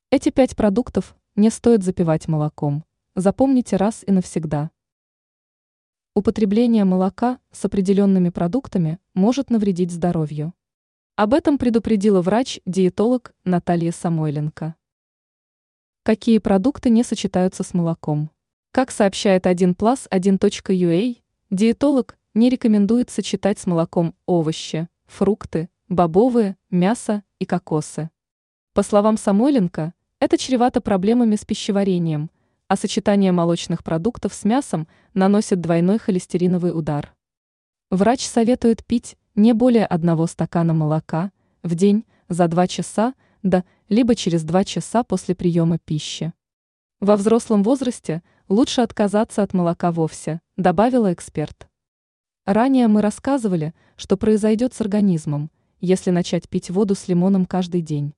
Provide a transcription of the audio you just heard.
Эти 5 продуктов не стоит запивать молоком. Запомните раз и навсегда. Употребление молока с определенными продуктами может навредить здоровью. Об этом предупредила врач-диетолог Наталья Самойленко. Какие продукты не сочетаются с молоком? Как сообщает 1plus1.ua, диетолог не рекомендует сочетать с молоком овощи, фрукты, бобовые, мясо и кокосы. По словам Самойленко, это чревато проблемами с пищеварением, а сочетание молочных продуктов с мясом наносит двойной холестериновый удар. Врач советует пить не более 1 стакана молока в день за 2 часа до либо через 2 часа после приема пищи. Во взрослом возрасте лучше отказаться от молока вовсе, добавила эксперт. Ранее мы рассказывали, что произойдет с организмом, если начать пить воду с лимоном каждый день.